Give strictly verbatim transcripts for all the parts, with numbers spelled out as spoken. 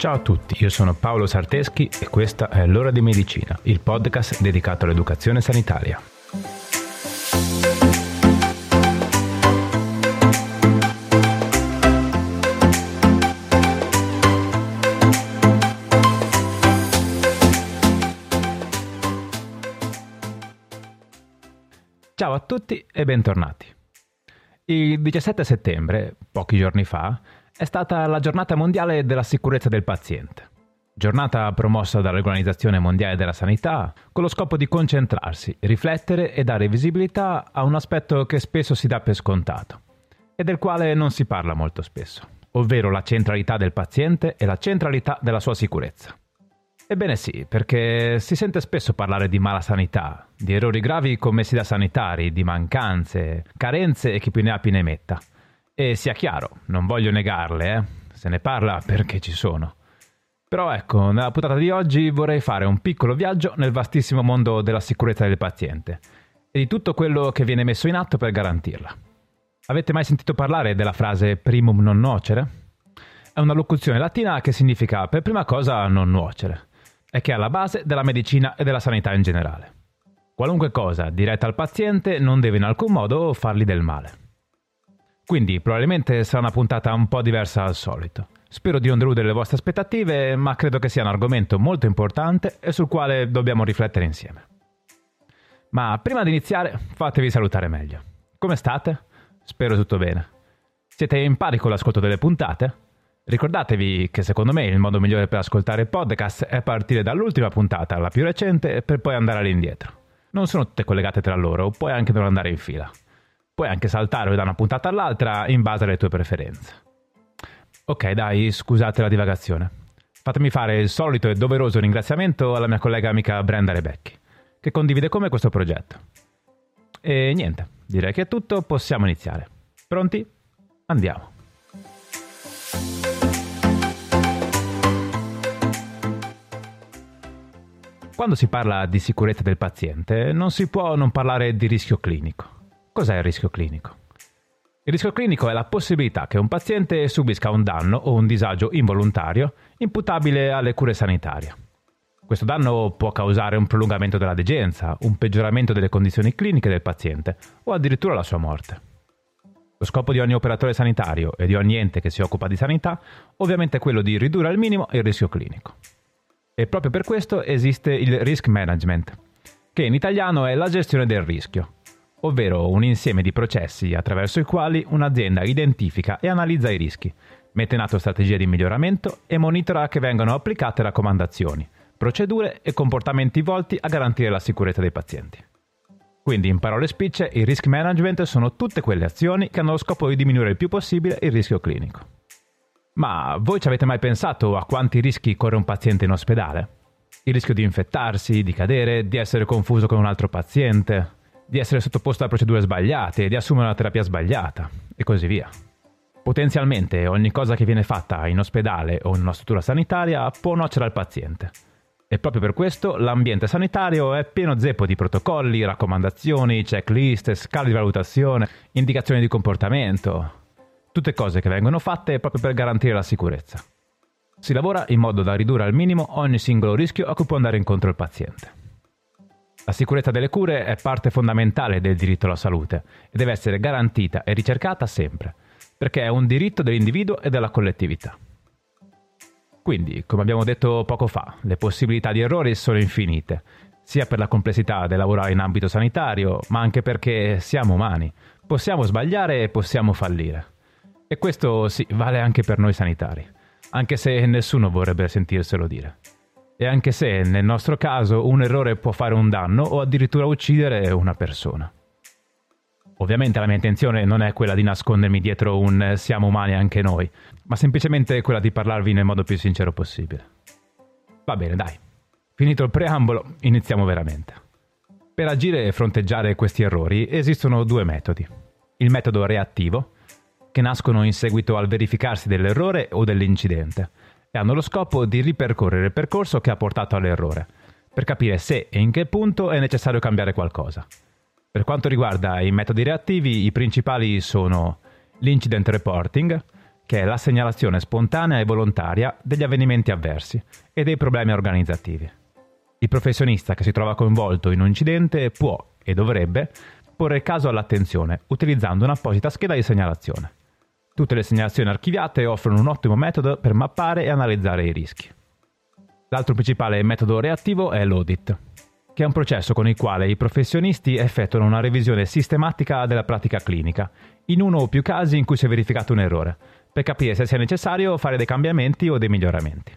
Ciao a tutti, io sono Paolo Sarteschi e questa è L'Ora di Medicina, il podcast dedicato all'educazione sanitaria. Ciao a tutti e bentornati. Il diciassette settembre, pochi giorni fa, è stata la giornata mondiale della sicurezza del paziente. Giornata promossa dall'Organizzazione Mondiale della Sanità con lo scopo di concentrarsi, riflettere e dare visibilità a un aspetto che spesso si dà per scontato e del quale non si parla molto spesso, ovvero la centralità del paziente e la centralità della sua sicurezza. Ebbene sì, perché si sente spesso parlare di mala sanità, di errori gravi commessi da sanitari, di mancanze, carenze e chi più ne ha più ne metta. E sia chiaro, non voglio negarle, eh? Se ne parla perché ci sono. Però ecco, nella puntata di oggi vorrei fare un piccolo viaggio nel vastissimo mondo della sicurezza del paziente e di tutto quello che viene messo in atto per garantirla. Avete mai sentito parlare della frase primum non nocere? È una locuzione latina che significa per prima cosa non nuocere e che è alla base della medicina e della sanità in generale. Qualunque cosa diretta al paziente non deve in alcun modo fargli del male. Quindi probabilmente sarà una puntata un po' diversa al solito. Spero di non deludere le vostre aspettative, ma credo che sia un argomento molto importante e sul quale dobbiamo riflettere insieme. Ma prima di iniziare, fatevi salutare meglio. Come state? Spero tutto bene. Siete in pari con l'ascolto delle puntate? Ricordatevi che secondo me il modo migliore per ascoltare il podcast è partire dall'ultima puntata, la più recente, per poi andare all'indietro. Non sono tutte collegate tra loro, puoi anche non andare in fila. Puoi anche saltare da una puntata all'altra in base alle tue preferenze. Ok, dai, scusate la divagazione. Fatemi fare il solito e doveroso ringraziamento alla mia collega amica Brenda Rebecchi, che condivide con me questo progetto. E niente, direi che è tutto, possiamo iniziare. Pronti? Andiamo. Quando si parla di sicurezza del paziente, non si può non parlare di rischio clinico. Cos'è il rischio clinico? Il rischio clinico è la possibilità che un paziente subisca un danno o un disagio involontario imputabile alle cure sanitarie. Questo danno può causare un prolungamento della degenza, un peggioramento delle condizioni cliniche del paziente o addirittura la sua morte. Lo scopo di ogni operatore sanitario e di ogni ente che si occupa di sanità ovviamente è quello di ridurre al minimo il rischio clinico. E proprio per questo esiste il risk management, che in italiano è la gestione del rischio, ovvero un insieme di processi attraverso i quali un'azienda identifica e analizza i rischi, mette in atto strategie di miglioramento e monitora che vengano applicate raccomandazioni, procedure e comportamenti volti a garantire la sicurezza dei pazienti. Quindi, in parole spicce, il risk management sono tutte quelle azioni che hanno lo scopo di diminuire il più possibile il rischio clinico. Ma voi ci avete mai pensato a quanti rischi corre un paziente in ospedale? Il rischio di infettarsi, di cadere, di essere confuso con un altro paziente, di essere sottoposto a procedure sbagliate, di assumere una terapia sbagliata, e così via. Potenzialmente ogni cosa che viene fatta in ospedale o in una struttura sanitaria può nuocere al paziente. E proprio per questo l'ambiente sanitario è pieno zeppo di protocolli, raccomandazioni, checklist, scale di valutazione, indicazioni di comportamento. Tutte cose che vengono fatte proprio per garantire la sicurezza. Si lavora in modo da ridurre al minimo ogni singolo rischio a cui può andare incontro il paziente. La sicurezza delle cure è parte fondamentale del diritto alla salute e deve essere garantita e ricercata sempre, perché è un diritto dell'individuo e della collettività. Quindi, come abbiamo detto poco fa, le possibilità di errori sono infinite, sia per la complessità del lavorare in ambito sanitario, ma anche perché siamo umani, possiamo sbagliare e possiamo fallire. E questo sì, vale anche per noi sanitari, anche se nessuno vorrebbe sentirselo dire. E anche se, nel nostro caso, un errore può fare un danno o addirittura uccidere una persona. Ovviamente la mia intenzione non è quella di nascondermi dietro un siamo umani anche noi, ma semplicemente quella di parlarvi nel modo più sincero possibile. Va bene, dai. Finito il preambolo, iniziamo veramente. Per agire e fronteggiare questi errori esistono due metodi. Il metodo reattivo, che nascono in seguito al verificarsi dell'errore o dell'incidente, e hanno lo scopo di ripercorrere il percorso che ha portato all'errore, per capire se e in che punto è necessario cambiare qualcosa. Per quanto riguarda i metodi reattivi, i principali sono l'incident reporting, che è la segnalazione spontanea e volontaria degli avvenimenti avversi e dei problemi organizzativi. Il professionista che si trova coinvolto in un incidente può e dovrebbe porre il caso all'attenzione utilizzando un'apposita scheda di segnalazione. Tutte le segnalazioni archiviate offrono un ottimo metodo per mappare e analizzare i rischi. L'altro principale metodo reattivo è l'audit, che è un processo con il quale i professionisti effettuano una revisione sistematica della pratica clinica, in uno o più casi in cui si è verificato un errore, per capire se sia necessario fare dei cambiamenti o dei miglioramenti.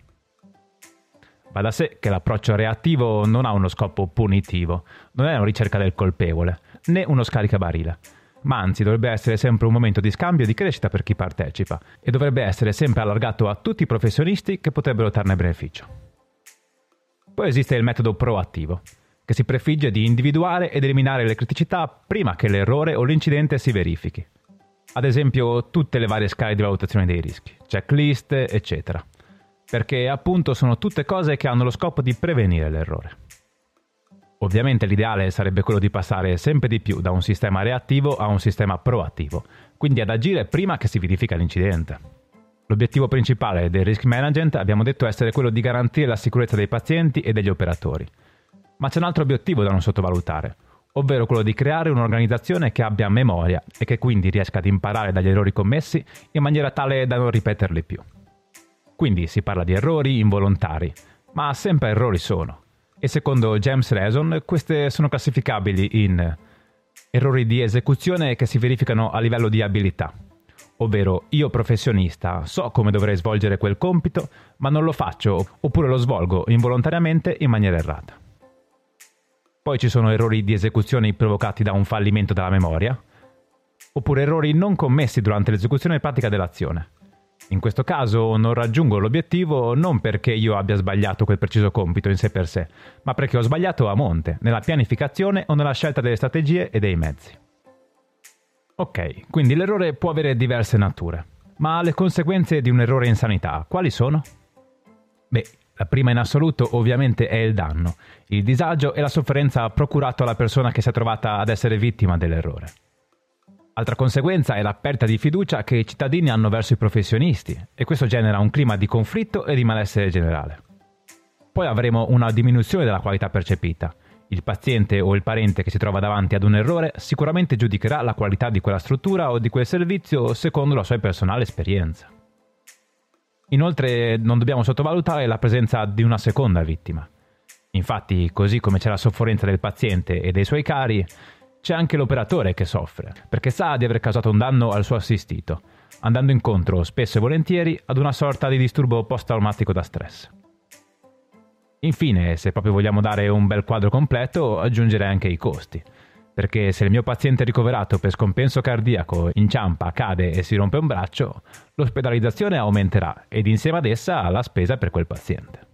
Va da sé che l'approccio reattivo non ha uno scopo punitivo, non è una ricerca del colpevole, né uno scaricabarile, ma anzi dovrebbe essere sempre un momento di scambio e di crescita per chi partecipa e dovrebbe essere sempre allargato a tutti i professionisti che potrebbero trarne beneficio. Poi esiste il metodo proattivo, che si prefigge di individuare ed eliminare le criticità prima che l'errore o l'incidente si verifichi. Ad esempio tutte le varie scale di valutazione dei rischi, checklist, eccetera. Perché appunto sono tutte cose che hanno lo scopo di prevenire l'errore. Ovviamente l'ideale sarebbe quello di passare sempre di più da un sistema reattivo a un sistema proattivo, quindi ad agire prima che si verifica l'incidente. L'obiettivo principale del risk management abbiamo detto essere quello di garantire la sicurezza dei pazienti e degli operatori. Ma c'è un altro obiettivo da non sottovalutare, ovvero quello di creare un'organizzazione che abbia memoria e che quindi riesca ad imparare dagli errori commessi in maniera tale da non ripeterli più. Quindi si parla di errori involontari, ma sempre errori sono. E secondo James Reason queste sono classificabili in errori di esecuzione che si verificano a livello di abilità, ovvero io professionista so come dovrei svolgere quel compito, ma non lo faccio oppure lo svolgo involontariamente in maniera errata. Poi ci sono errori di esecuzione provocati da un fallimento della memoria, oppure errori non commessi durante l'esecuzione pratica dell'azione. In questo caso non raggiungo l'obiettivo non perché io abbia sbagliato quel preciso compito in sé per sé, ma perché ho sbagliato a monte, nella pianificazione o nella scelta delle strategie e dei mezzi. Ok, quindi l'errore può avere diverse nature, ma le conseguenze di un errore in sanità quali sono? Beh, la prima in assoluto ovviamente è il danno, il disagio e la sofferenza procurato alla persona che si è trovata ad essere vittima dell'errore. Altra conseguenza è la perdita di fiducia che i cittadini hanno verso i professionisti e questo genera un clima di conflitto e di malessere generale. Poi avremo una diminuzione della qualità percepita. Il paziente o il parente che si trova davanti ad un errore sicuramente giudicherà la qualità di quella struttura o di quel servizio secondo la sua personale esperienza. Inoltre non dobbiamo sottovalutare la presenza di una seconda vittima. Infatti, così come c'è la sofferenza del paziente e dei suoi cari, c'è anche l'operatore che soffre, perché sa di aver causato un danno al suo assistito, andando incontro spesso e volentieri ad una sorta di disturbo post-traumatico da stress. Infine, se proprio vogliamo dare un bel quadro completo, aggiungerei anche i costi, perché se il mio paziente ricoverato per scompenso cardiaco inciampa, cade e si rompe un braccio, l'ospedalizzazione aumenterà ed insieme ad essa la spesa per quel paziente.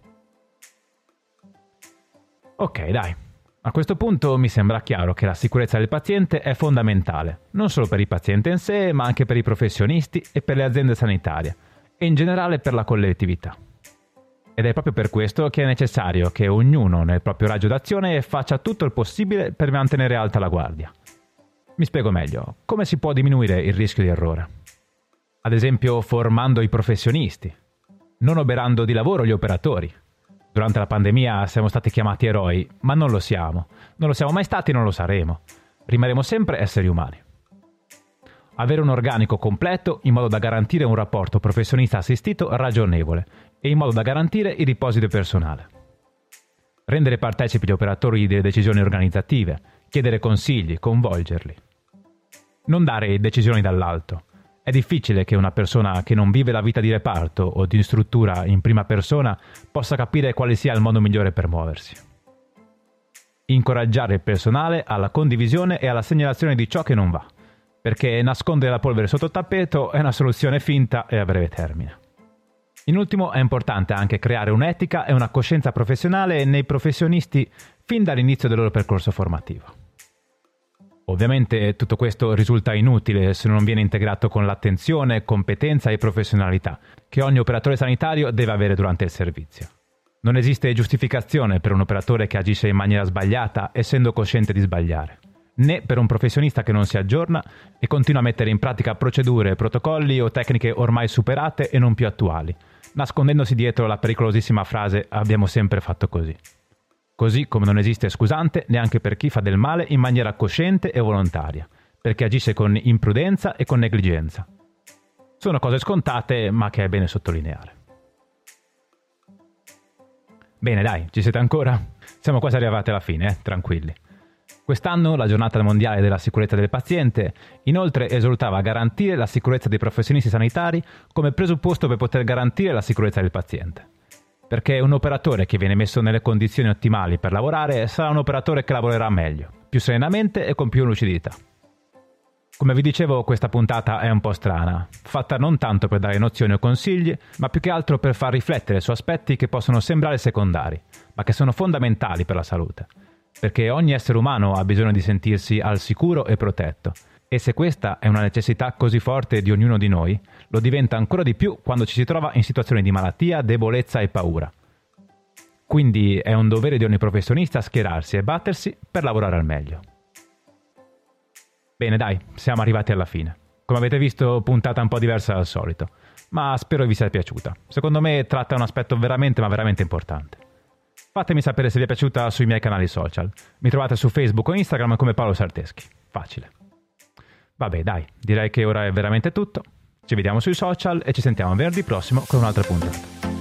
Ok, dai. A questo punto mi sembra chiaro che la sicurezza del paziente è fondamentale, non solo per il paziente in sé, ma anche per i professionisti e per le aziende sanitarie, e in generale per la collettività. Ed è proprio per questo che è necessario che ognuno nel proprio raggio d'azione faccia tutto il possibile per mantenere alta la guardia. Mi spiego meglio, come si può diminuire il rischio di errore? Ad esempio formando i professionisti, non oberando di lavoro gli operatori. Durante la pandemia siamo stati chiamati eroi, ma non lo siamo. Non lo siamo mai stati e non lo saremo. Rimarremo sempre esseri umani. Avere un organico completo in modo da garantire un rapporto professionista-assistito ragionevole e in modo da garantire il riposo del personale. Rendere partecipi gli operatori delle decisioni organizzative, chiedere consigli, coinvolgerli. Non dare decisioni dall'alto. È difficile che una persona che non vive la vita di reparto o di struttura in prima persona possa capire quale sia il modo migliore per muoversi. Incoraggiare il personale alla condivisione e alla segnalazione di ciò che non va, perché nascondere la polvere sotto il tappeto è una soluzione finta e a breve termine. In ultimo è importante anche creare un'etica e una coscienza professionale nei professionisti fin dall'inizio del loro percorso formativo. Ovviamente tutto questo risulta inutile se non viene integrato con l'attenzione, competenza e professionalità che ogni operatore sanitario deve avere durante il servizio. Non esiste giustificazione per un operatore che agisce in maniera sbagliata essendo cosciente di sbagliare. né per un professionista che non si aggiorna e continua a mettere in pratica procedure, protocolli o tecniche ormai superate e non più attuali, nascondendosi dietro la pericolosissima frase «abbiamo sempre fatto così». Così come non esiste scusante neanche per chi fa del male in maniera cosciente e volontaria, perché agisce con imprudenza e con negligenza. Sono cose scontate, ma che è bene sottolineare. Bene, dai, ci siete ancora? Siamo quasi arrivati alla fine, eh? Tranquilli. Quest'anno la giornata mondiale della sicurezza del paziente inoltre esortava a garantire la sicurezza dei professionisti sanitari come presupposto per poter garantire la sicurezza del paziente. Perché un operatore che viene messo nelle condizioni ottimali per lavorare sarà un operatore che lavorerà meglio, più serenamente e con più lucidità. Come vi dicevo, questa puntata è un po' strana, fatta non tanto per dare nozioni o consigli, ma più che altro per far riflettere su aspetti che possono sembrare secondari, ma che sono fondamentali per la salute. Perché ogni essere umano ha bisogno di sentirsi al sicuro e protetto, e se questa è una necessità così forte di ognuno di noi, lo diventa ancora di più quando ci si trova in situazioni di malattia, debolezza e paura. Quindi è un dovere di ogni professionista schierarsi e battersi per lavorare al meglio. Bene, dai, siamo arrivati alla fine. Come avete visto, puntata un po' diversa dal solito, ma spero vi sia piaciuta. Secondo me tratta un aspetto veramente ma veramente importante. Fatemi sapere se vi è piaciuta sui miei canali social. Mi trovate su Facebook o Instagram come Paolo Sarteschi. Facile. Vabbè, dai, direi che ora è veramente tutto. Ci vediamo sui social e ci sentiamo venerdì prossimo con un'altra puntata.